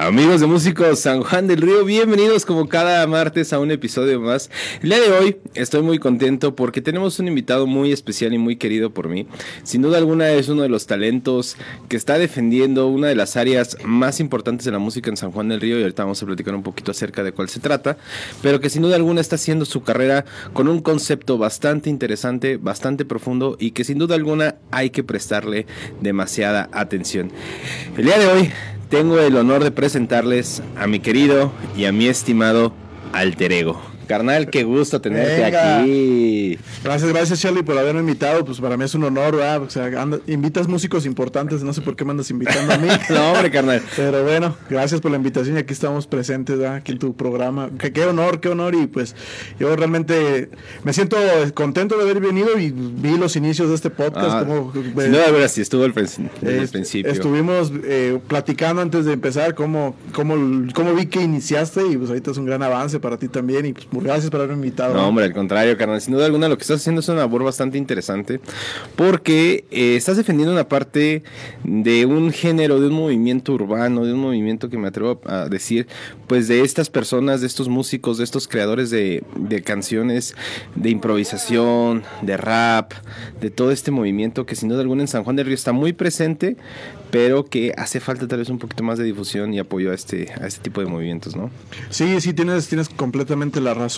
Amigos de Músicos San Juan del Río, bienvenidos como cada martes a un episodio más. El día de hoy estoy muy contento porque tenemos un invitado muy especial y muy querido por mí. Sin duda alguna es uno de los talentos que está defendiendo una de las áreas más importantes de la música en San Juan del Río, y ahorita vamos a platicar un poquito acerca de cuál se trata, pero que sin duda alguna está haciendo su carrera con un concepto bastante interesante, bastante profundo, y que sin duda alguna hay que prestarle demasiada atención. El día de hoy tengo el honor de presentarles a mi querido y a mi estimado Alter Ego. Carnal, qué gusto tenerte aquí. Gracias Charlie por haberme invitado. Pues para mí es un honor, ¿verdad? O sea, invitas músicos importantes, no sé por qué me andas invitando a mí. No, hombre, carnal. Pero bueno, gracias por la invitación y aquí estamos presentes, ¿verdad? Aquí en tu programa. Qué honor. Y pues yo realmente me siento contento de haber venido y vi los inicios de este podcast. Sin duda, verdad, sí estuvo desde el principio. Estuvimos platicando antes de empezar cómo vi que iniciaste, y pues ahorita es un gran avance para ti también, y pues gracias por haberme invitado. No, hombre, al contrario, carnal. Sin duda alguna lo que estás haciendo es una labor bastante interesante, porque estás defendiendo una parte de un género, de un movimiento urbano, de un movimiento que me atrevo a decir, pues de estas personas, de estos músicos, de estos creadores de canciones, de improvisación, de rap, de todo este movimiento que sin duda alguna en San Juan del Río está muy presente, pero que hace falta tal vez un poquito más de difusión y apoyo a este tipo de movimientos, ¿no? Sí, tienes completamente la razón.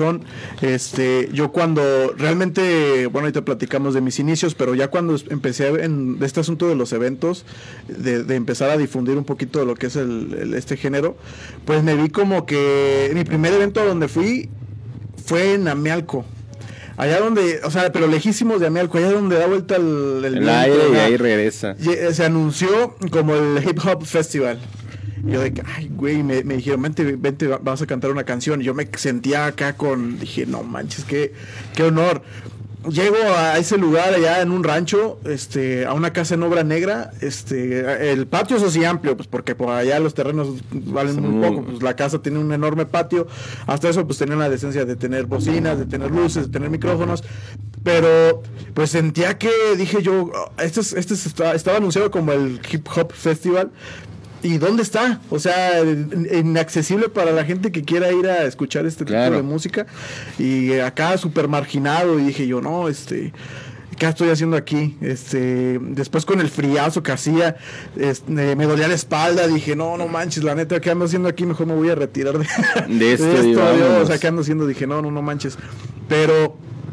Yo cuando realmente, bueno, ahorita platicamos de mis inicios, pero ya cuando empecé en este asunto de los eventos, de empezar a difundir un poquito de lo que es este género, pues me vi como que mi primer evento donde fui fue en Amealco. Allá donde, o sea, pero lejísimos de Amealco, allá donde da vuelta el aire y ahí regresa. Se anunció como el Hip Hop Festival. Yo de que, ay, güey, me dijeron, vente, vas a cantar una canción. Y yo me sentía acá dije, no manches, qué honor. Llego a ese lugar allá en un rancho, a una casa en obra negra, el patio es así amplio, pues porque por allá los terrenos valen muy poco, pues la casa tiene un enorme patio, hasta eso pues tenían la decencia de tener bocinas, de tener luces, de tener micrófonos, pero pues sentía que, dije yo, estaba anunciado como el Hip Hop Festival. ¿Y dónde está? O sea, inaccesible para la gente que quiera ir a escuchar este tipo de música. Y acá súper marginado. Y dije yo, no, ¿qué estoy haciendo aquí? Después con el friazo que hacía, me dolía la espalda. Dije, no manches, la neta, ¿qué ando haciendo aquí? Mejor me voy a retirar de esto. O sea, ¿qué ando haciendo? Dije, no manches. Pero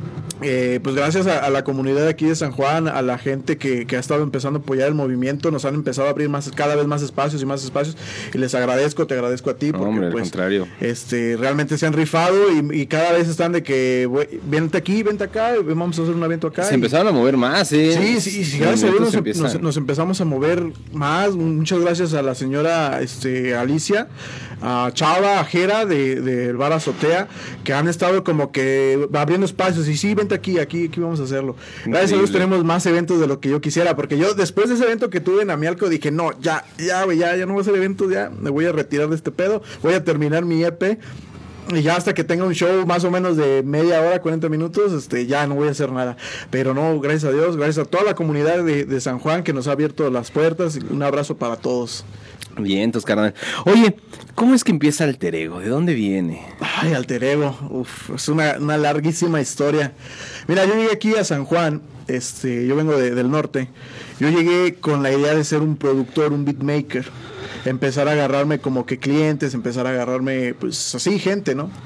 pues gracias a la comunidad aquí de San Juan, a la gente que ha estado empezando a apoyar el movimiento, nos han empezado a abrir cada vez más espacios, y les agradezco, te agradezco a ti, porque hombre, pues, al contrario. Realmente se han rifado y cada vez están de que vente aquí, vente acá, vamos a hacer un evento acá. Se empezaron a mover más, ¿eh? Sí, gracias a Dios nos empezamos a mover más. Muchas gracias a la señora Alicia, a Chava, a Jera del Bar Azotea, que han estado como que abriendo espacios, y sí, vente aquí vamos a hacerlo. Gracias a Dios tenemos más eventos de lo que yo quisiera, porque yo después de ese evento que tuve en Amealco dije, no, ya no voy a hacer eventos, ya me voy a retirar de este pedo, voy a terminar mi EP, y ya hasta que tenga un show más o menos de media hora, 40 minutos, ya no voy a hacer nada. Pero no, gracias a Dios, gracias a toda la comunidad de San Juan que nos ha abierto las puertas. Un abrazo para todos. Bien, entonces, carnal. Oye, ¿cómo es que empieza Alter Ego? ¿De dónde viene? Ay, Alter Ego, es una larguísima historia. Mira, yo llegué aquí a San Juan, yo vengo del norte. Yo llegué con la idea de ser un productor, un beatmaker, empezar a agarrarme como que clientes, empezar a agarrarme, pues así, gente, ¿no?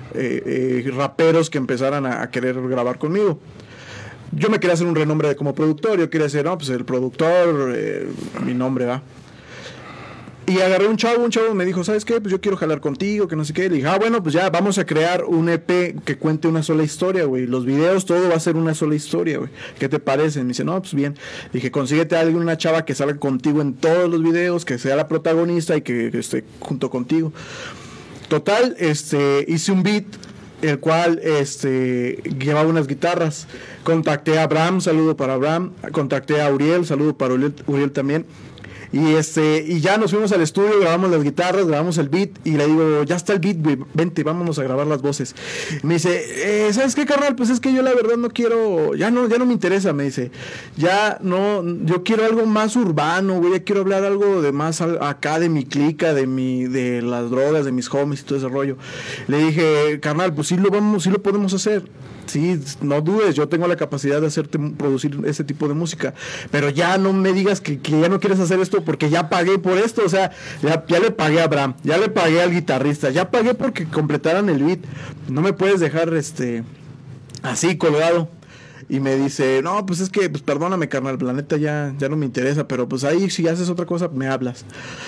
Raperos que empezaran a querer grabar conmigo. Yo me quería hacer un renombre como productor, yo quería ser, pues el productor, mi nombre, ¿va? Y agarré un chavo me dijo, ¿sabes qué? Pues yo quiero jalar contigo, que no sé qué. Le dije, bueno, pues ya vamos a crear un EP que cuente una sola historia, güey. Los videos, todo va a ser una sola historia, güey. ¿Qué te parece? Me dice, no, pues bien. Le dije, consíguete a alguna chava que salga contigo en todos los videos, que sea la protagonista y que esté junto contigo. Total, hice un beat, el cual llevaba unas guitarras. Contacté a Abraham, saludo para Abraham. Contacté a Uriel, saludo para Uriel también. Y ya nos fuimos al estudio, grabamos las guitarras, grabamos el beat y le digo, ya está el beat, güey, vente, vámonos a grabar las voces. Me dice, ¿sabes qué, carnal? Pues es que yo la verdad no quiero, ya no me interesa, me dice. Ya no, yo quiero algo más urbano, güey, ya quiero hablar algo de más acá de mi clica, de las drogas, de mis homies y todo ese rollo. Le dije, carnal, pues sí lo podemos hacer. Sí, no dudes, yo tengo la capacidad de producir ese tipo de música, pero ya no me digas que ya no quieres hacer esto porque ya pagué por esto, o sea, ya le pagué a Abraham, ya le pagué al guitarrista, ya pagué porque completaran el beat, no me puedes dejar así colgado. Y me dice, no, pues es que, pues perdóname, carnal, la neta ya no me interesa, pero pues ahí si haces otra cosa, me hablas.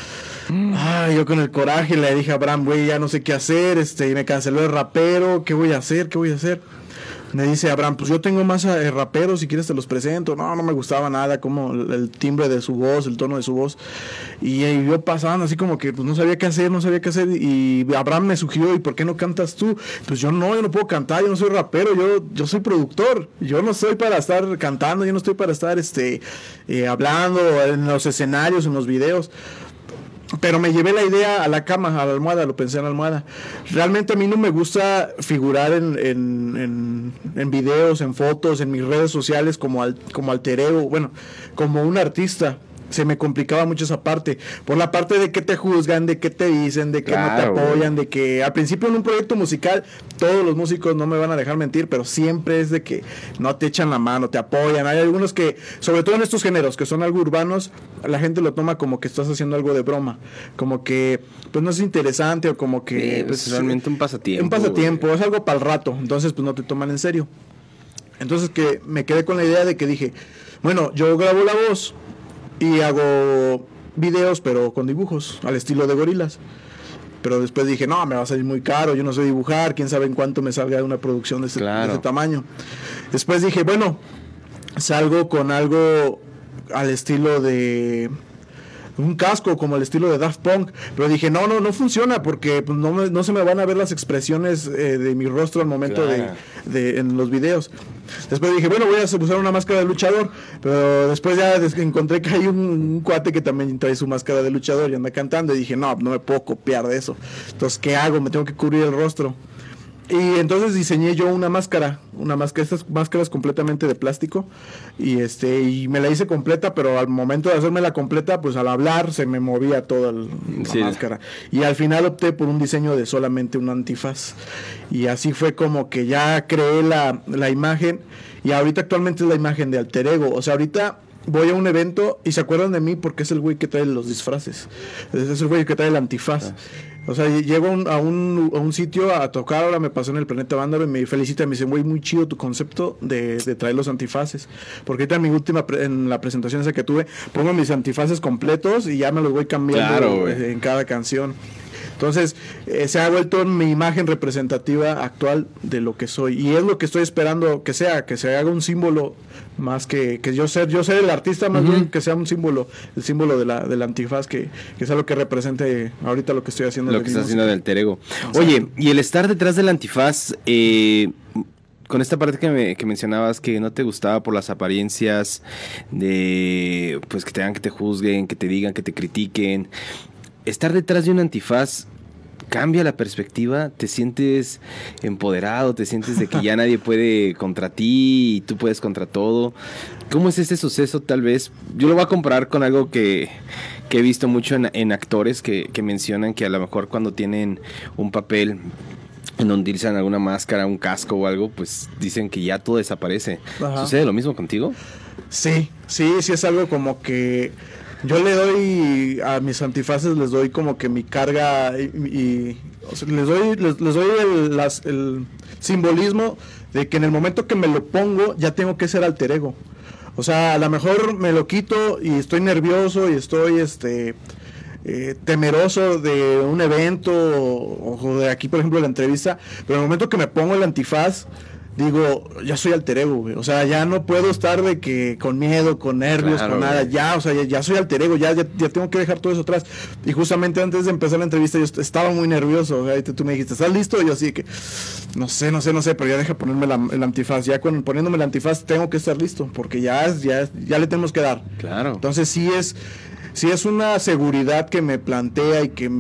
Yo con el coraje le dije a Abraham, güey, ya no sé qué hacer, y me canceló el rapero, ¿qué voy a hacer? Me dice Abraham, pues yo tengo más raperos, si quieres te los presento. No me gustaba nada, como el timbre de su voz, el tono de su voz. Y yo pasando así como que pues no sabía qué hacer. Y Abraham me sugirió, ¿y por qué no cantas tú? Pues yo no puedo cantar, yo no soy rapero, yo soy productor. Yo no soy para estar cantando, yo no estoy para estar hablando en los escenarios, en los videos. Pero me llevé la idea a la cama, a la almohada, lo pensé en la almohada. Realmente a mí no me gusta figurar en videos, en fotos, en mis redes sociales como alter ego, bueno, como un artista. Se me complicaba mucho esa parte, por la parte de que te juzgan, de que te dicen, de que claro, no te apoyan, de que al principio en un proyecto musical, todos los músicos no me van a dejar mentir, pero siempre es de que no te echan la mano, te apoyan. Hay algunos que, sobre todo en estos géneros, que son algo urbanos, la gente lo toma como que estás haciendo algo de broma, como que pues no es interesante o como que pues realmente un pasatiempo. Un pasatiempo, es algo para el rato, entonces pues no te toman en serio. Entonces que me quedé con la idea de que dije, bueno, yo grabo la voz y hago videos pero con dibujos al estilo de Gorilas, pero después dije no, me va a salir muy caro, yo no sé dibujar, quién sabe en cuánto me salga una producción de ese tamaño. Después dije bueno, salgo con algo al estilo de un casco como el estilo de Daft Punk, pero dije no funciona porque pues, no se me van a ver las expresiones de mi rostro al momento de en los videos. Después dije bueno, voy a usar una máscara de luchador, pero después ya encontré que hay un cuate que también trae su máscara de luchador y anda cantando y dije no me puedo copiar de eso, entonces ¿qué hago? Me tengo que cubrir el rostro. Y entonces diseñé yo una máscara, estas máscaras completamente de plástico y me la hice completa, pero al momento de hacerme la completa, pues al hablar se me movía toda la máscara. Y al final opté por un diseño de solamente un antifaz. Y así fue como que ya creé la imagen y ahorita actualmente es la imagen de alter ego. O sea, ahorita voy a un evento y se acuerdan de mí porque es el güey que trae los disfraces. Es el güey que trae el antifaz. O sea, llego a un sitio a tocar, ahora me pasó en el Planeta Vándalo y me felicita, me dice, güey, muy chido tu concepto de traer los antifaces. Porque ahorita en mi última, en la presentación esa que tuve, pongo mis antifaces completos y ya me los voy cambiando en cada canción. Entonces, se ha vuelto mi imagen representativa actual de lo que soy. Y es lo que estoy esperando que se haga un símbolo más que yo ser el artista, más bien que sea un símbolo, el símbolo del antifaz, que sea lo que represente ahorita lo que estoy haciendo. Lo que estás haciendo del alter ego. Oye, y el estar detrás del antifaz, con esta parte que mencionabas que no te gustaba por las apariencias, de pues que te hagan, que te juzguen, que te digan, que te critiquen. Estar detrás de un antifaz cambia la perspectiva, te sientes empoderado, te sientes de que ya nadie puede contra ti y tú puedes contra todo. ¿Cómo es este suceso? Tal vez, yo lo voy a comparar con algo que he visto mucho en actores que mencionan que a lo mejor cuando tienen un papel en donde utilizan alguna máscara, un casco o algo, pues dicen que ya todo desaparece. Ajá. ¿Sucede lo mismo contigo? Sí, es algo como que yo le doy a mis antifaces, les doy como que mi carga o sea, les doy el simbolismo de que en el momento que me lo pongo ya tengo que ser alter ego. O sea, a lo mejor me lo quito y estoy nervioso y estoy temeroso de un evento o de aquí, por ejemplo, la entrevista, pero en el momento que me pongo el antifaz digo, ya soy alter ego, güey. O sea, ya no puedo estar de que con miedo, con nervios, Claro, con nada. güey. Ya, o sea, ya soy alter ego, ya tengo que dejar todo eso atrás. Y justamente antes de empezar la entrevista yo estaba muy nervioso. O sea, y tú me dijiste, ¿estás listo? Y yo así que, no sé, pero ya deja ponerme el antifaz. Ya poniéndome el antifaz tengo que estar listo, porque ya le tenemos que dar. Claro. Entonces sí es una seguridad que me plantea y que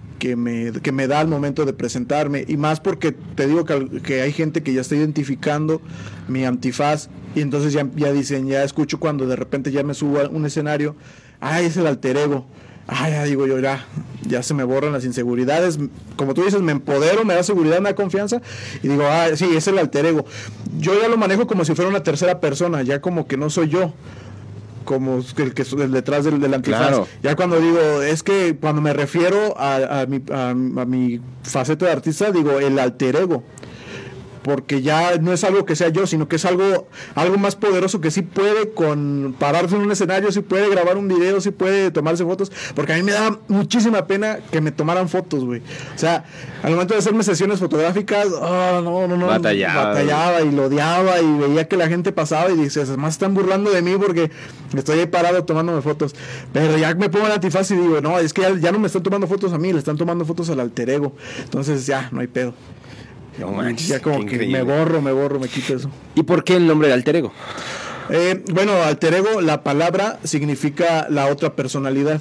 me da al momento de presentarme, y más porque te digo que hay gente que ya está identificando mi antifaz, y entonces ya dicen, ya escucho cuando de repente ya me subo a un escenario, es el alter ego, ya digo yo, ya se me borran las inseguridades, como tú dices, me empodero, me da seguridad, me da confianza, y digo, sí, es el alter ego. Yo ya lo manejo como si fuera una tercera persona, ya como que no soy yo, como el detrás del antifaz. Claro. Ya cuando digo, es que cuando me refiero a mi faceta de artista, digo el alter ego, porque ya no es algo que sea yo, sino que es algo más poderoso, que sí puede pararse en un escenario, sí puede grabar un video, sí puede tomarse fotos, porque a mí me da muchísima pena que me tomaran fotos, güey. O sea, al momento de hacerme sesiones fotográficas, no, batallaba y lo odiaba, y veía que la gente pasaba y dices, además están burlando de mí porque estoy ahí parado tomándome fotos. Pero ya me pongo el antifaz y digo, no, es que ya no me están tomando fotos a mí, le están tomando fotos al alter ego. Entonces ya, no hay pedo. No manches, ya como que me borro, me quito eso. ¿Y por qué el nombre de alter ego? Bueno, alter ego, la palabra significa la otra personalidad.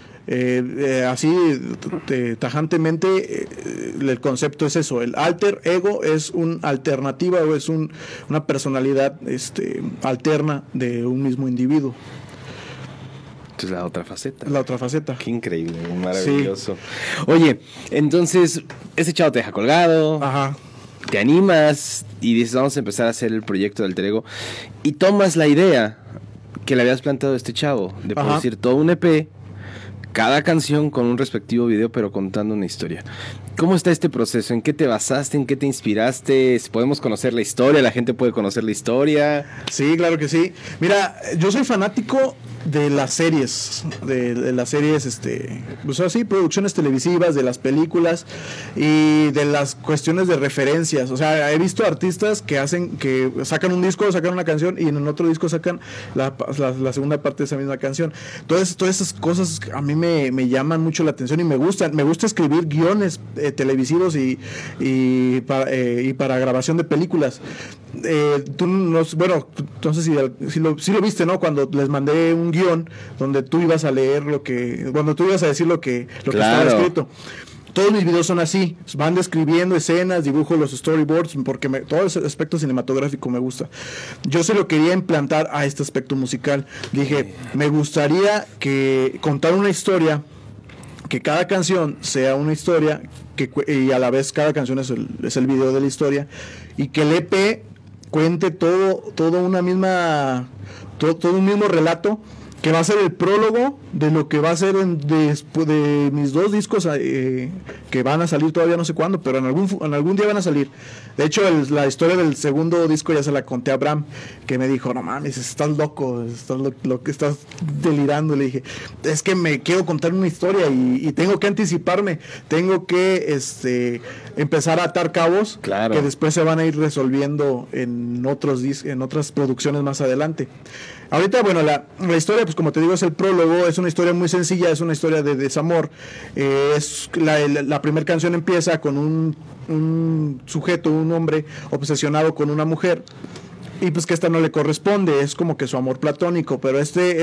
Así tajantemente, el concepto es eso. El alter ego es una alternativa, o es una personalidad alterna de un mismo individuo. Entonces la otra faceta. La otra faceta. Qué increíble, maravilloso. Sí. Oye, entonces, ese chavo te deja colgado. Ajá. Te animas y dices, vamos a empezar a hacer el proyecto del alter ego. Y tomas la idea que le habías planteado a este chavo de producir todo un EP, cada canción con un respectivo video, pero contando una historia. ¿Cómo está este proceso? ¿En qué te basaste? ¿En qué te inspiraste? ¿Podemos conocer la historia? ¿La gente puede conocer la historia? Sí, claro que sí. Mira, yo soy fanático de las series, de las series, pues así, producciones televisivas, de las películas y de las cuestiones de referencias. O sea, he visto artistas que sacan un disco, sacan una canción, y en el otro disco sacan la segunda parte de esa misma canción. Todas esas cosas a mí me llaman mucho la atención y me gustan. Me gusta escribir guiones televisivos y para grabación de películas. Tú no sé si lo viste, ¿no? Cuando les mandé un guión donde tú ibas a leer cuando tú ibas a decir lo que estaba escrito. Todos mis videos son así, van describiendo escenas, dibujo los storyboards, porque todo ese aspecto cinematográfico me gusta. Yo se lo quería implantar a este aspecto musical. Dije, me gustaría contar una historia, que cada canción sea una historia, y a la vez cada canción es el video de la historia, y que el EP cuente todo un mismo relato, que va a ser el prólogo de lo que va a ser después de mis dos discos, que van a salir todavía no sé cuándo, pero en algún día van a salir. De hecho, la historia del segundo disco ya se la conté a Abraham, que me dijo, no mames, estás loco, estás delirando. Le dije, es que me quiero contar una historia y tengo que anticiparme, tengo que empezar a atar cabos, claro, que después se van a ir resolviendo en otras producciones más adelante. Ahorita, bueno, la historia, pues como te digo, es el prólogo, es una historia muy sencilla, es una historia de desamor. La primera canción empieza con un sujeto, un hombre obsesionado con una mujer, y pues que esta no le corresponde, es como que su amor platónico, pero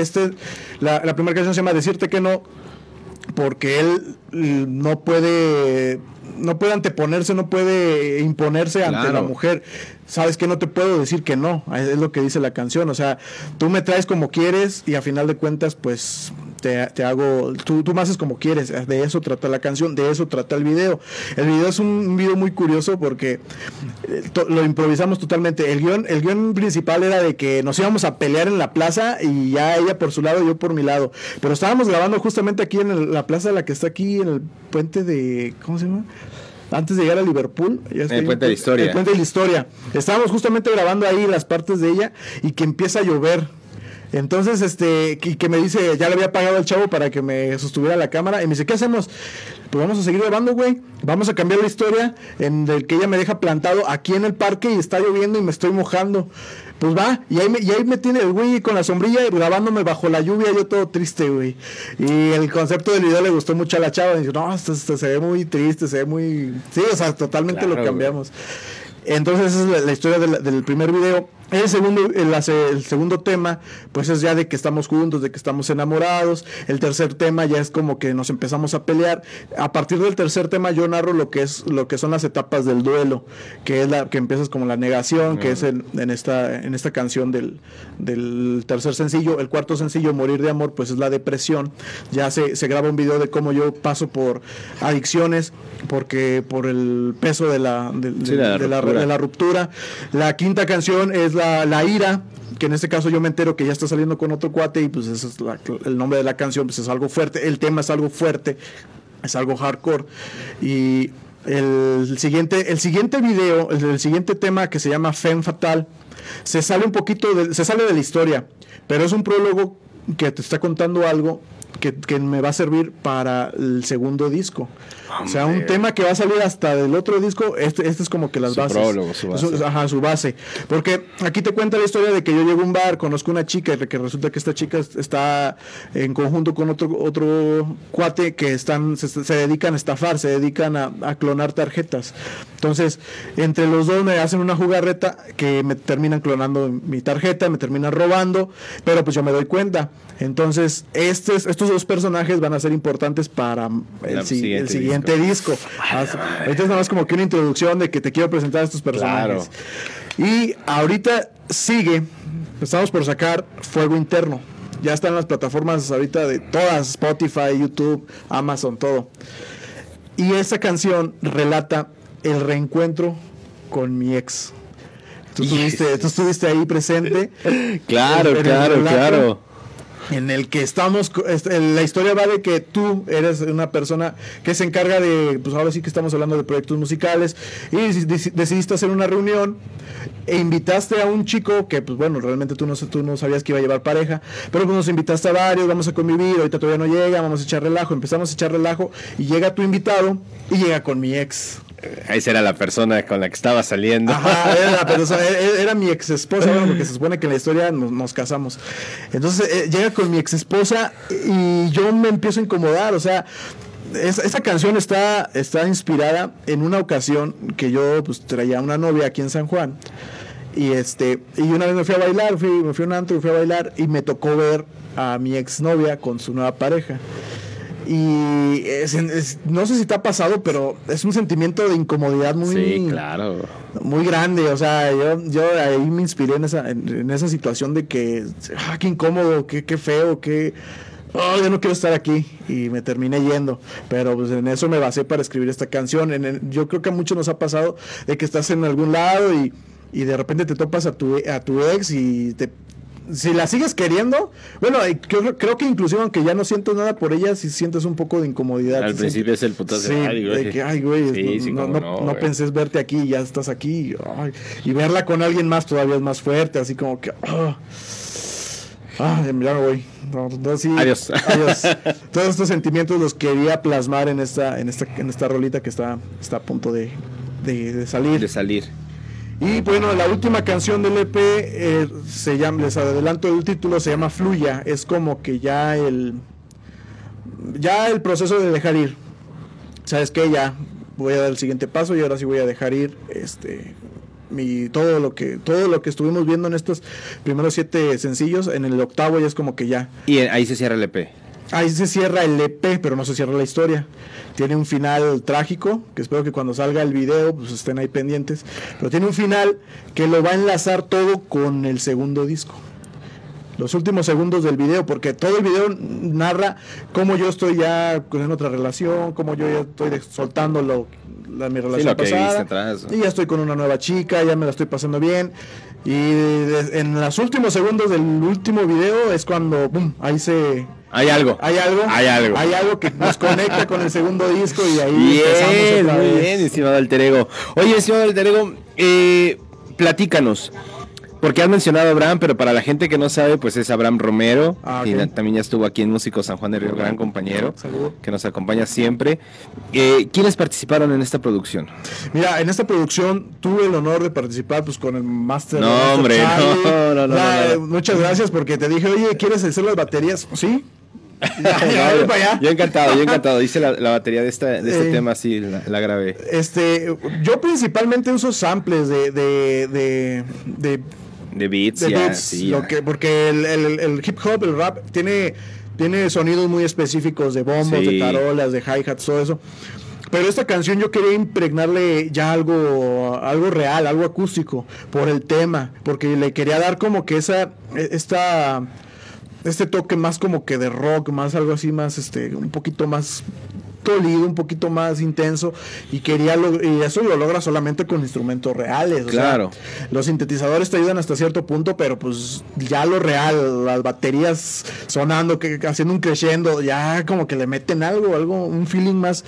la primera canción se llama Decirte que no, porque él no puede anteponerse, no puede imponerse ante la mujer. Sabes que no te puedo decir que no, es lo que dice la canción. O sea, tú me traes como quieres y a final de cuentas pues te hago, tú me haces como quieres. De eso trata la canción, de eso trata el video. El video es un video muy curioso porque lo improvisamos totalmente. El guión principal era de que nos íbamos a pelear en la plaza, y ya ella por su lado, yo por mi lado, pero estábamos grabando justamente aquí en la plaza, la que está aquí en el puente de, ¿cómo se llama? Antes de llegar a Liverpool, el puente de la historia. El puente de la historia. Estábamos justamente grabando ahí las partes de ella, y que empieza a llover. Entonces, que me dice, ya le había pagado al chavo para que me sostuviera la cámara. Y me dice, ¿qué hacemos? Pues vamos a seguir grabando, güey. Vamos a cambiar la historia en el que ella me deja plantado aquí en el parque y está lloviendo y me estoy mojando. Pues va, y ahí me tiene el güey con la sombrilla grabándome bajo la lluvia, yo todo triste, güey. Y el concepto del video le gustó mucho a la chava. Y dice, no, esto se ve muy triste, se ve muy... Sí, o sea, totalmente claro, lo cambiamos. Güey. Entonces esa es la historia del primer video. El segundo tema, pues es ya de que estamos juntos, de que estamos enamorados. El tercer tema ya es como que nos empezamos a pelear. A partir del tercer tema yo narro lo que son las etapas del duelo, que es que empiezas como la negación, que es en esta canción del tercer sencillo. El cuarto sencillo, Morir de Amor, pues es la depresión. Ya se graba un video de cómo yo paso por adicciones, porque por el peso de la ruptura. La quinta canción es la ira, que en este caso yo me entero que ya está saliendo con otro cuate y pues ese es el nombre de la canción, pues es algo fuerte, el tema es algo fuerte, es algo hardcore. Y el siguiente video, el siguiente tema, que se llama Femme Fatale, se sale de la historia, pero es un prólogo que te está contando algo que me va a servir para el segundo disco. O sea, un tema que va a salir hasta del otro disco. Este es como que las bases. Prólogo, su base. Su base. Porque aquí te cuenta la historia de que yo llego a un bar, conozco una chica, que resulta que esta chica está en conjunto con otro cuate que se dedican a estafar, se dedican a clonar tarjetas. Entonces, entre los dos me hacen una jugarreta que me terminan clonando mi tarjeta, me terminan robando, pero pues yo me doy cuenta. Entonces, estos dos personajes van a ser importantes para el siguiente disco. Ahorita es nada más como que una introducción de que te quiero presentar a estos personajes. Claro. Y ahorita estamos por sacar Fuego Interno. Ya están las plataformas ahorita de todas, Spotify, YouTube, Amazon, todo. Y esta canción relata el reencuentro con mi ex. Tú estuviste ahí presente. Claro. En el que estamos, la historia va de que tú eres una persona que se encarga de, pues ahora sí que estamos hablando de proyectos musicales, y decidiste hacer una reunión e invitaste a un chico que, pues bueno, realmente tú no sabías que iba a llevar pareja, pero pues nos invitaste a varios, vamos a convivir, ahorita todavía no llega, vamos a echar relajo, empezamos a echar relajo, y llega tu invitado, y llega con mi ex. Esa era la persona con la que estaba saliendo. Ajá, era mi ex esposa, bueno, porque se supone que en la historia nos casamos. Entonces llega con mi ex esposa y yo me empiezo a incomodar. O sea, esa canción está inspirada en una ocasión que yo pues traía una novia aquí en San Juan. Y una vez me fui a bailar, me fui a un antro, fui a bailar y me tocó ver a mi ex novia con su nueva pareja. Y no sé si te ha pasado, pero es un sentimiento de incomodidad muy grande. O sea, yo ahí me inspiré en esa situación de que qué incómodo, qué feo, yo no quiero estar aquí, y me terminé yendo. Pero pues en eso me basé para escribir esta canción. Yo creo que a muchos nos ha pasado de que estás en algún lado y de repente te topas a tu ex y si la sigues queriendo, bueno, creo que inclusive aunque ya no sientes nada por ella, si sientes un poco de incomodidad. Al principio es el putazo. Sí, de que, ay, güey, no pensé verte aquí y ya estás aquí. Y verla con alguien más todavía es más fuerte, así como que... ya me voy. Adiós. Todos estos sentimientos los quería plasmar en esta rolita que está a punto de salir. Y bueno, la última canción del EP se llama, les adelanto el título, se llama Fluya. Es como que ya el proceso de dejar ir. ¿Sabes qué? Ya voy a dar el siguiente paso y ahora sí voy a dejar ir todo lo que estuvimos viendo en estos primeros 7 sencillos. En el octavo ya es como que ya. Y ahí se cierra el EP. Ahí se cierra el EP, pero no se cierra la historia. Tiene un final trágico, que espero que cuando salga el video pues estén ahí pendientes. Pero tiene un final que lo va a enlazar todo con el segundo disco. Los últimos segundos del video, porque todo el video narra cómo yo estoy ya en otra relación, cómo yo ya estoy soltando mi relación pasada, y ya estoy con una nueva chica, ya me la estoy pasando bien. Y en los últimos segundos del último video es cuando ¡pum!, hay algo que nos conecta con el segundo disco, y ahí empezamos otra vez. Bien, estimado Alter Ego. Oye, estimado Alter Ego, platícanos. Porque has mencionado a Abraham, pero para la gente que no sabe, pues es Abraham Romero. Ah, Y ok. también ya estuvo aquí en Músicos San Juan del Río, gran compañero, Saludos. que nos acompaña siempre. ¿Quiénes participaron en esta producción? Mira, en esta producción tuve el honor de participar pues con el Master. No, Master hombre, Charlie. no. Muchas gracias porque te dije, oye, ¿quieres hacer las baterías? Sí. Ya, voy para allá. Yo encantado. Hice la batería de este tema, sí, la grabé. Yo principalmente uso samples de beats, de ya, beats, sí, ya. porque el hip hop, el rap, tiene sonidos muy específicos de bombos, Sí. de tarolas, de hi-hats, todo eso. Pero esta canción yo quería impregnarle ya algo real, algo acústico, por el tema, porque le quería dar como que este toque más como que de rock, más algo así, más un poquito más dolido, un poquito más intenso, y y eso lo logra solamente con instrumentos reales. Claro. O sea, los sintetizadores te ayudan hasta cierto punto, pero pues ya lo real, las baterías sonando, haciendo un crescendo, ya como que le meten algo, un feeling más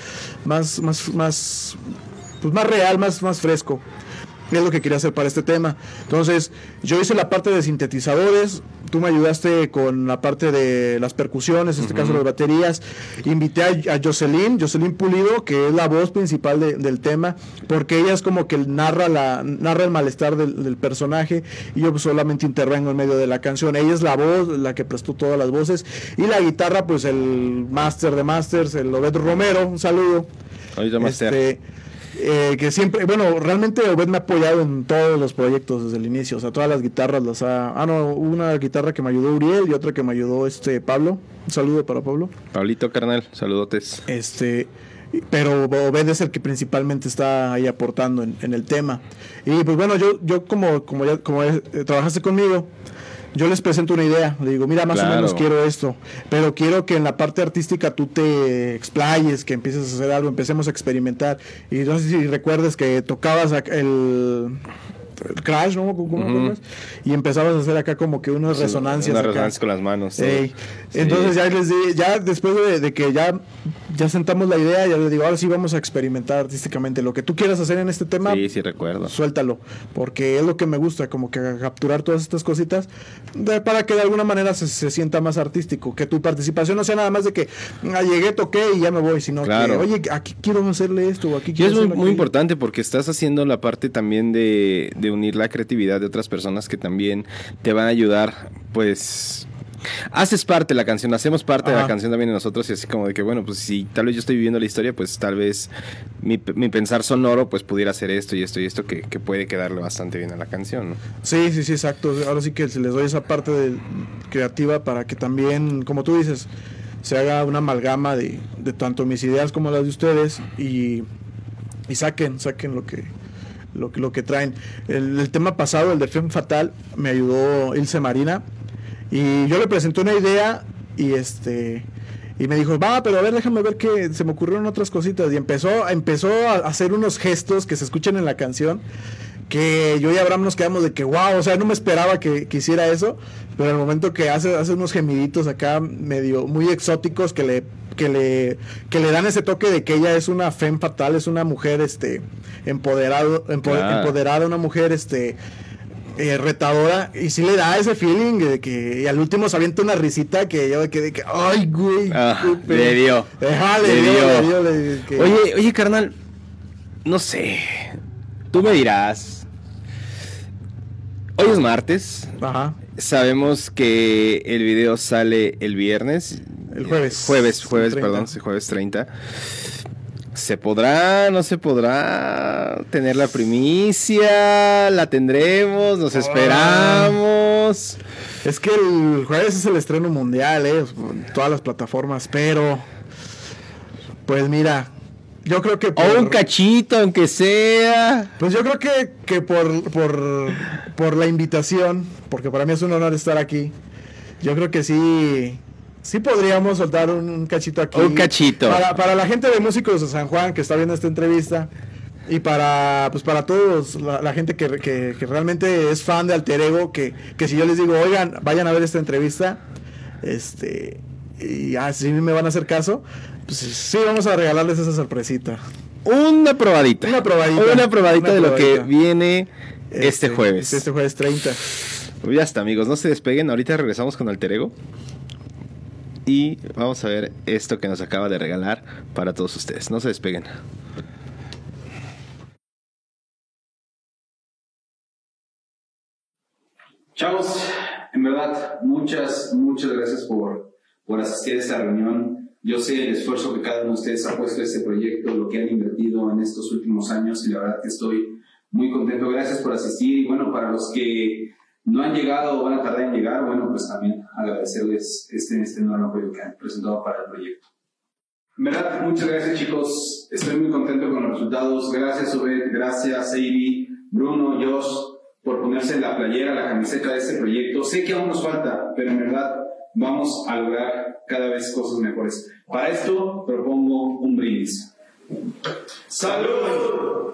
real, más fresco. Es lo que quería hacer para este tema. Entonces, yo hice la parte de sintetizadores, tú me ayudaste con la parte de las percusiones, en este caso las baterías. Invité a Jocelyn Pulido, que es la voz principal del tema, porque ella es como que narra el malestar del personaje, y yo pues solamente intervengo en medio de la canción. Ella es la voz, la que prestó todas las voces, y la guitarra, pues el Master de Masters, el Obed Romero, un saludo. Ahorita Master. Que siempre, bueno, realmente Obed me ha apoyado en todos los proyectos desde el inicio, o sea, todas las guitarras hubo una guitarra que me ayudó Uriel y otra que me ayudó Pablo. Un saludo para Pablo. Pablito, carnal, saludotes. Pero Obed es el que principalmente está ahí aportando en el tema. Y pues bueno, yo como trabajaste conmigo, yo les presento una idea, le digo, mira, más o menos quiero esto, pero quiero que en la parte artística tú te explayes, que empieces a hacer algo, empecemos a experimentar. Y no sé si recuerdes que tocabas el Crash, ¿no? ¿Cómo y empezabas a hacer acá como que unas resonancias. Una resonancia con las manos. Sí. Entonces ya les di, ya después de que ya sentamos la idea, ya les digo, ahora sí vamos a experimentar artísticamente. Lo que tú quieras hacer en este tema, sí recuerdo. Suéltalo, porque es lo que me gusta, como que capturar todas estas cositas para que de alguna manera se sienta más artístico, que tu participación no sea nada más de que llegué, toqué y ya me voy, sino que, oye, aquí quiero hacerle esto, o aquí quiero hacerle aquello. Muy importante, porque estás haciendo la parte también de unir la creatividad de otras personas que también te van a ayudar, pues haces parte de la canción, hacemos parte de la canción también de nosotros, y así como de que, bueno, pues si tal vez yo estoy viviendo la historia, pues tal vez mi pensar sonoro pues pudiera hacer esto y esto y esto que puede quedarle bastante bien a la canción, ¿no? Sí, exacto. Ahora sí que les doy esa parte creativa para que también, como tú dices, se haga una amalgama de tanto mis ideas como las de ustedes, y saquen lo que traen. El tema pasado, el de Femme Fatal, me ayudó Ilse Marina, y yo le presenté una idea y me dijo, pero a ver, déjame ver, que se me ocurrieron otras cositas, y empezó a hacer unos gestos que se escuchan en la canción, que yo y Abraham nos quedamos de que wow, o sea, no me esperaba que hiciera eso, pero el momento que hace unos gemiditos acá medio muy exóticos que le dan ese toque de que ella es una femme fatal, es una mujer empoderada, una mujer retadora, y sí le da ese feeling de que, y al último se avienta una risita que yo me quedé que ay güey, le dio. Oye, carnal, no sé, tú me dirás, hoy es martes. Ajá. Sabemos que el video sale el viernes. El jueves. Jueves, 30. perdón, jueves 30. ¿Se podrá, no se podrá tener la primicia? ¿La tendremos? ¿Nos esperamos? Es que el jueves es el estreno mundial, en todas las plataformas, pero pues mira, yo creo que o un cachito, aunque sea. Pues yo creo que por la invitación, porque para mí es un honor estar aquí, yo creo que sí podríamos soltar un cachito aquí. Un cachito. Para la gente de Músicos de San Juan que está viendo esta entrevista, y para todos, la gente que realmente es fan de Alter Ego, que si yo les digo, oigan, vayan a ver esta entrevista, y si me van a hacer caso, pues sí, vamos a regalarles esa sorpresita. Una probadita de lo que viene Este jueves. Este jueves 30. Ya está, amigos, no se despeguen. Ahorita regresamos con Alter Ego. Y vamos a ver esto que nos acaba de regalar para todos ustedes. No se despeguen. Chavos, en verdad, muchas gracias por asistir a esta reunión. Yo sé el esfuerzo que cada uno de ustedes ha puesto a este proyecto, lo que han invertido en estos últimos años, y la verdad que estoy muy contento. Gracias por asistir. Y bueno, para los que no han llegado o van a tardar en llegar, bueno, pues también agradecerles este enorme apoyo que han presentado para el proyecto. En verdad, muchas gracias, chicos. Estoy muy contento con los resultados. Gracias, Obed. Gracias, Avi, Bruno, Josh, por ponerse en la playera, la camiseta de este proyecto. Sé que aún nos falta, pero en verdad vamos a lograr cada vez cosas mejores. Para esto propongo un brindis. ¡Salud!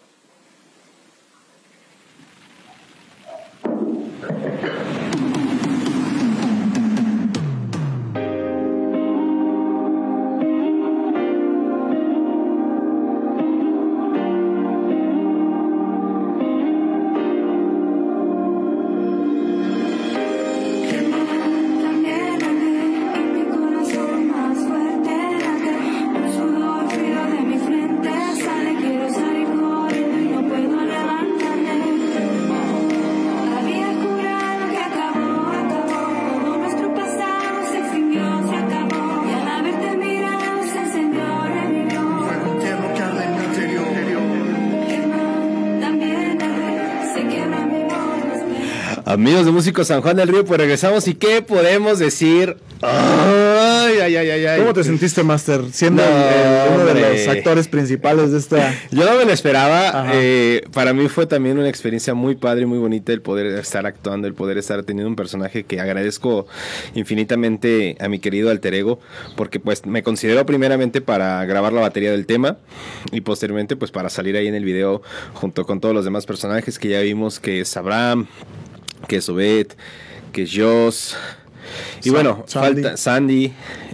Amigos de Músicos San Juan del Río, pues regresamos. ¿Y qué podemos decir? Ay. ¿Cómo te sentiste, Master? Siendo uno de los actores principales de esta... Yo no me lo esperaba. Para mí fue también una experiencia muy padre y muy bonita el poder estar actuando, el poder estar teniendo un personaje que agradezco infinitamente a mi querido Alter Ego, porque pues me considero primeramente para grabar la batería del tema y posteriormente pues para salir ahí en el video junto con todos los demás personajes que ya vimos, que es Abraham, que es Obed, que es Josh, y bueno, Sandy. falta Sandy,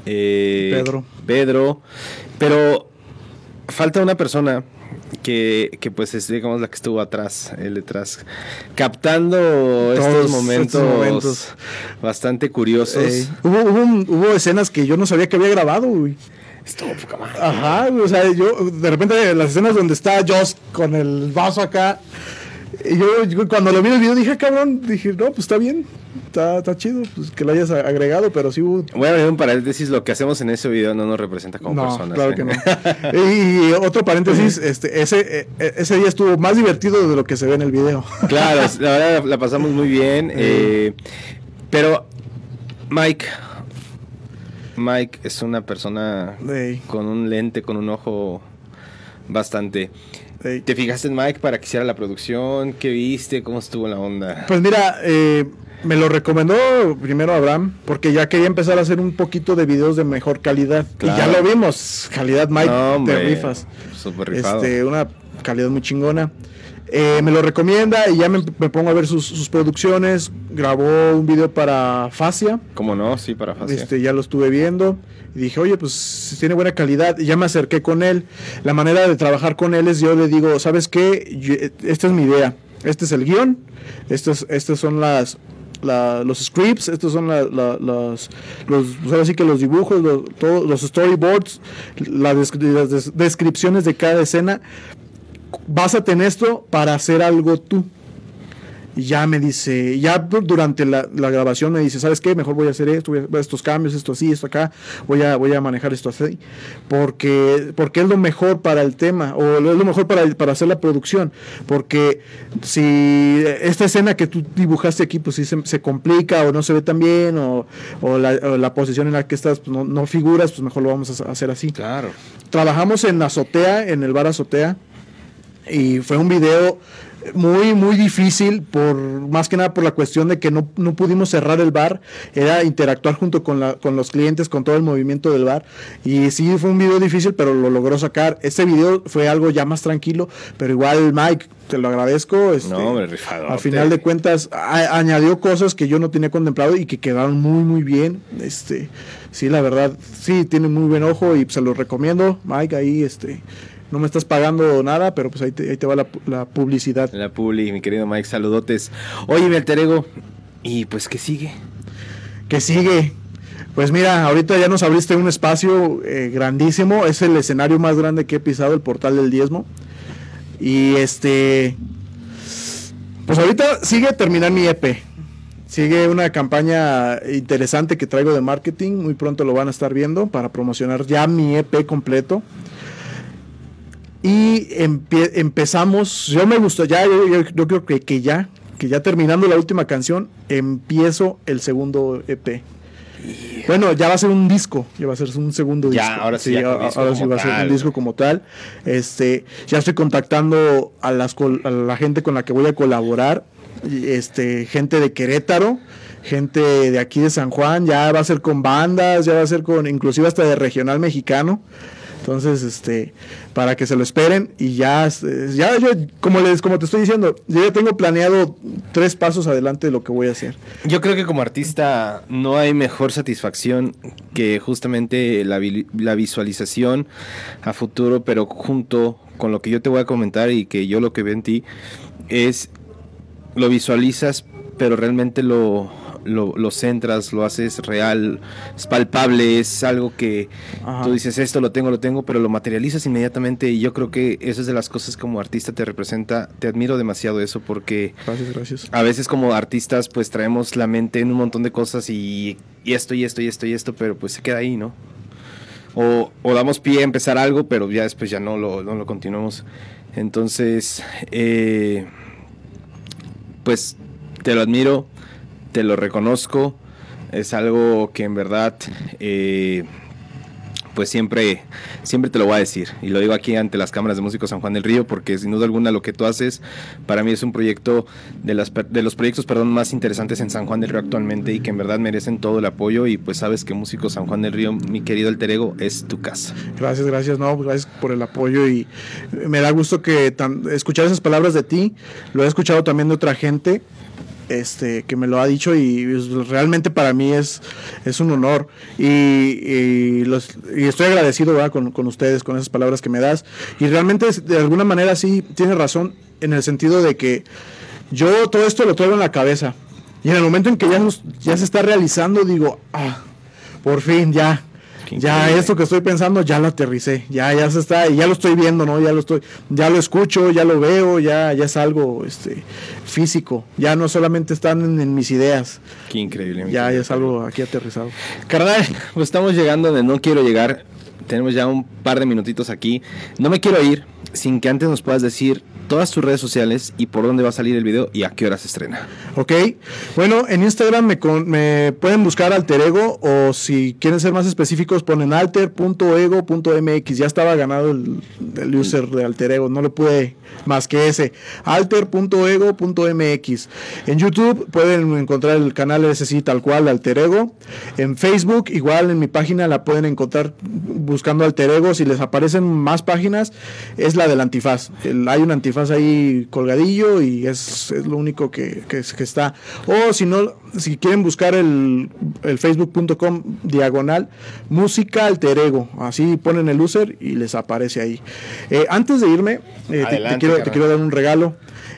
Pedro, pero falta una persona que pues es, digamos, la que estuvo atrás, el detrás, captando estos momentos bastante curiosos. Hubo escenas que yo no sabía que había grabado, güey. Estuvo poca madre. Ajá, o sea, yo de repente las escenas donde está Josh con el vaso acá, y yo cuando lo vi en el video dije, cabrón, dije, no, pues está bien, está chido, pues que lo hayas agregado, pero sí hubo... Voy a abrir un paréntesis, lo que hacemos en ese video no nos representa como personas. Claro que no. Y otro paréntesis, ese día estuvo más divertido de lo que se ve en el video. Claro, la verdad la pasamos muy bien, pero Mike es una persona con un lente, con un ojo bastante... ¿Te fijaste en Mike para que hiciera la producción? ¿Qué viste? ¿Cómo estuvo la onda? Pues mira, me lo recomendó primero Abraham, porque ya quería empezar a hacer un poquito de videos de mejor calidad. Claro. Y ya lo vimos, calidad Mike, no, hombre, te rifas. Súper rifado. Una calidad muy chingona. Me lo recomienda y ya me pongo a ver sus producciones. Grabó un video para Fascia. ¿Cómo no? Sí, para Fascia. Ya lo estuve viendo y dije, oye, pues tiene buena calidad. Y ya me acerqué con él. La manera de trabajar con él es, yo le digo, ¿sabes qué? Esta es mi idea. Este es el guión. Estos son los scripts. Estos son ahora sí que los dibujos, todos los storyboards, las descripciones de cada escena. Básate en esto para hacer algo tú. Y ya me dice, ya durante la grabación me dice, ¿sabes qué? Mejor voy a hacer esto, voy a hacer estos cambios, esto así, esto acá, voy a manejar esto así, porque es lo mejor para el tema, o es lo mejor para hacer la producción, porque si esta escena que tú dibujaste aquí, pues si se complica, o no se ve tan bien, o la posición en la que estás pues no figuras, pues mejor lo vamos a hacer así. Claro. Trabajamos en Azotea, en el bar Azotea, y fue un video muy muy difícil, más que nada por la cuestión de que no pudimos cerrar el bar, era interactuar junto con los clientes, con todo el movimiento del bar, y sí fue un video difícil, pero lo logró sacar. Este video fue algo ya más tranquilo, pero igual Mike, te lo agradezco. No, hombre, rifado. Al final de cuentas añadió cosas que yo no tenía contemplado y que quedaron muy muy bien. Sí, la verdad, sí, tiene muy buen ojo y se lo recomiendo, Mike, ahí No me estás pagando nada, pero pues ahí te va la publicidad. La publi, mi querido Mike, saludotes. Oye, mi alter ego, ¿y pues qué sigue? ¿Qué sigue? Pues mira, ahorita ya nos abriste un espacio grandísimo. Es el escenario más grande que he pisado, el Portal del Diezmo. Y pues ahorita sigue terminar mi EP. Sigue una campaña interesante que traigo de marketing. Muy pronto lo van a estar viendo para promocionar ya mi EP completo. Y empezamos. Yo me gustó ya. Yo creo que ya terminando la última canción, empiezo el segundo EP. Bueno, ya va a ser un disco, ya va a ser un segundo disco. Ahora sí, ahora sí va a ser un disco como tal. Ya estoy contactando a la gente con la que voy a colaborar, gente de Querétaro, gente de aquí de San Juan, ya va a ser con bandas, ya va a ser con inclusive hasta de regional mexicano. Entonces, para que se lo esperen y ya yo, como te estoy diciendo, yo ya tengo planeado 3 pasos adelante de lo que voy a hacer. Yo creo que como artista no hay mejor satisfacción que justamente la visualización a futuro, pero junto con lo que yo te voy a comentar y que yo lo que veo en ti es, lo visualizas, pero realmente lo centras, lo haces real, es palpable, es algo que tú dices, esto lo tengo, pero lo materializas inmediatamente, y yo creo que eso es de las cosas como artista te representa. Te admiro demasiado eso, porque gracias. A veces como artistas pues traemos la mente en un montón de cosas y esto, pero pues se queda ahí, ¿no? O damos pie a empezar algo, pero ya después ya no lo continuamos. Entonces, pues te lo admiro, te lo reconozco, es algo que en verdad pues siempre te lo voy a decir, y lo digo aquí ante las cámaras de Músicos San Juan del Río, porque sin duda alguna lo que tú haces para mí es un proyecto de los proyectos más interesantes en San Juan del Río actualmente, y que en verdad merecen todo el apoyo. Y pues sabes que Músicos San Juan del Río, mi querido alter ego, es tu casa. Gracias, gracias por el apoyo, y me da gusto que escuchar esas palabras de ti. Lo he escuchado también de otra gente que me lo ha dicho, y realmente para mí es un honor, y estoy agradecido, ¿verdad?, con ustedes, con esas palabras que me das. Y realmente de alguna manera sí tienes razón, en el sentido de que yo todo esto lo traigo en la cabeza, y en el momento en que ya se está realizando, digo, por fin ya esto que estoy pensando ya lo aterricé, ya se está, y ya lo estoy viendo, ¿no? Ya lo escucho, ya lo veo, ya es algo físico, ya no solamente están en mis ideas. Qué increíble. Ya es algo aquí aterrizado. Carnal, pues estamos llegando donde no quiero llegar. Tenemos ya un par de minutitos aquí. No me quiero ir sin que antes nos puedas decir todas tus redes sociales y por dónde va a salir el video y a qué hora se estrena. Ok, bueno, en Instagram me pueden buscar alter ego, o si quieren ser más específicos ponen alter.ego.mx. Ya estaba ganado el user de alter ego, no le pude más que ese, alter.ego.mx. En YouTube pueden encontrar el canal ese sí, tal cual, alter ego. En Facebook igual, en mi página la pueden encontrar buscando alter ego. Si les aparecen más páginas, es la del antifaz. Hay un antifaz ahí colgadillo, y es lo único que está. O si no, si quieren buscar el facebook.com/ música alter ego, así ponen el user y les aparece ahí. Antes de irme, te quiero dar un regalo.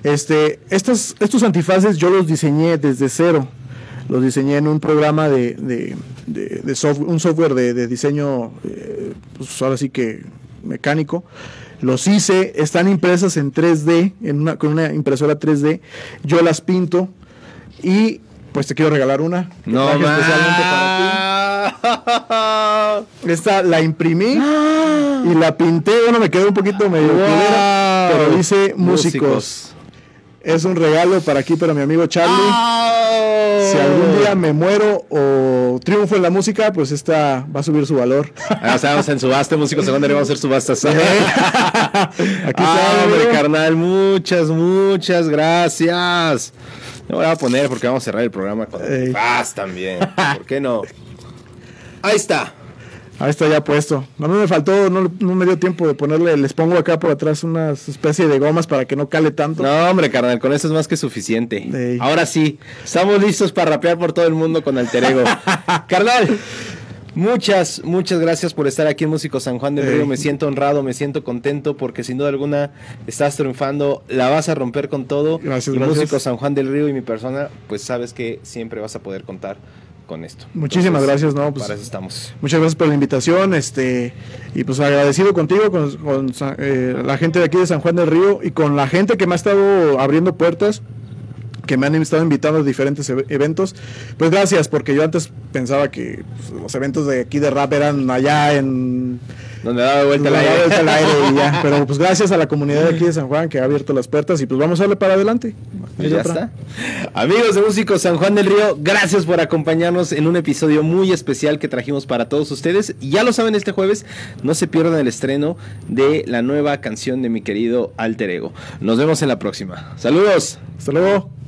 Estos antifaces yo los diseñé desde cero. Los diseñé en un programa de software, un software de diseño, pues ahora sí que mecánico. Los hice, están impresas en 3D, con una impresora 3D. Yo las pinto, y pues te quiero regalar una. No, especialmente para ti. Esta la imprimí y la pinté. Bueno, me quedó un poquito medio culera, pero dice músicos. Es un regalo para mi amigo Charlie. Si algún día me muero o triunfo en la música, pues esta va a subir su valor. Estamos en subasta, Músicos San Juan del Río, vamos a hacer subastas. Aquí está, hombre, carnal, muchas gracias. Me voy a poner porque vamos a cerrar el programa con paz también. ¿Por qué no? Ahí está. Ahí está ya puesto. No me faltó, no me dio tiempo de ponerle. Les pongo acá por atrás una especie de gomas para que no cale tanto. No, hombre, carnal, con eso es más que suficiente. Ahora sí, estamos listos para rapear por todo el mundo con alter ego. Carnal, Muchas gracias por estar aquí en Músicos San Juan del Río. Me siento honrado, me siento contento porque sin duda alguna estás triunfando, la vas a romper con todo. Gracias. Músicos San Juan del Río y mi persona, pues sabes que siempre vas a poder contar con esto. Muchísimas gracias, ¿no? Pues, para eso estamos. Muchas gracias por la invitación, y pues agradecido contigo, con la gente de aquí de San Juan del Río y con la gente que me ha estado abriendo puertas, que me han estado invitando a diferentes eventos. Pues gracias, porque yo antes pensaba que pues, los eventos de aquí de rap eran allá en... donde daba vuelta el aire y ya. Pero pues gracias a la comunidad de aquí de San Juan que ha abierto las puertas y pues vamos a darle para adelante. Ya está. Amigos de Músicos San Juan del Río, gracias por acompañarnos en un episodio muy especial que trajimos para todos ustedes. Y ya lo saben, este jueves no se pierdan el estreno de la nueva canción de mi querido Alter Ego. Nos vemos en la próxima. Saludos. Hasta luego.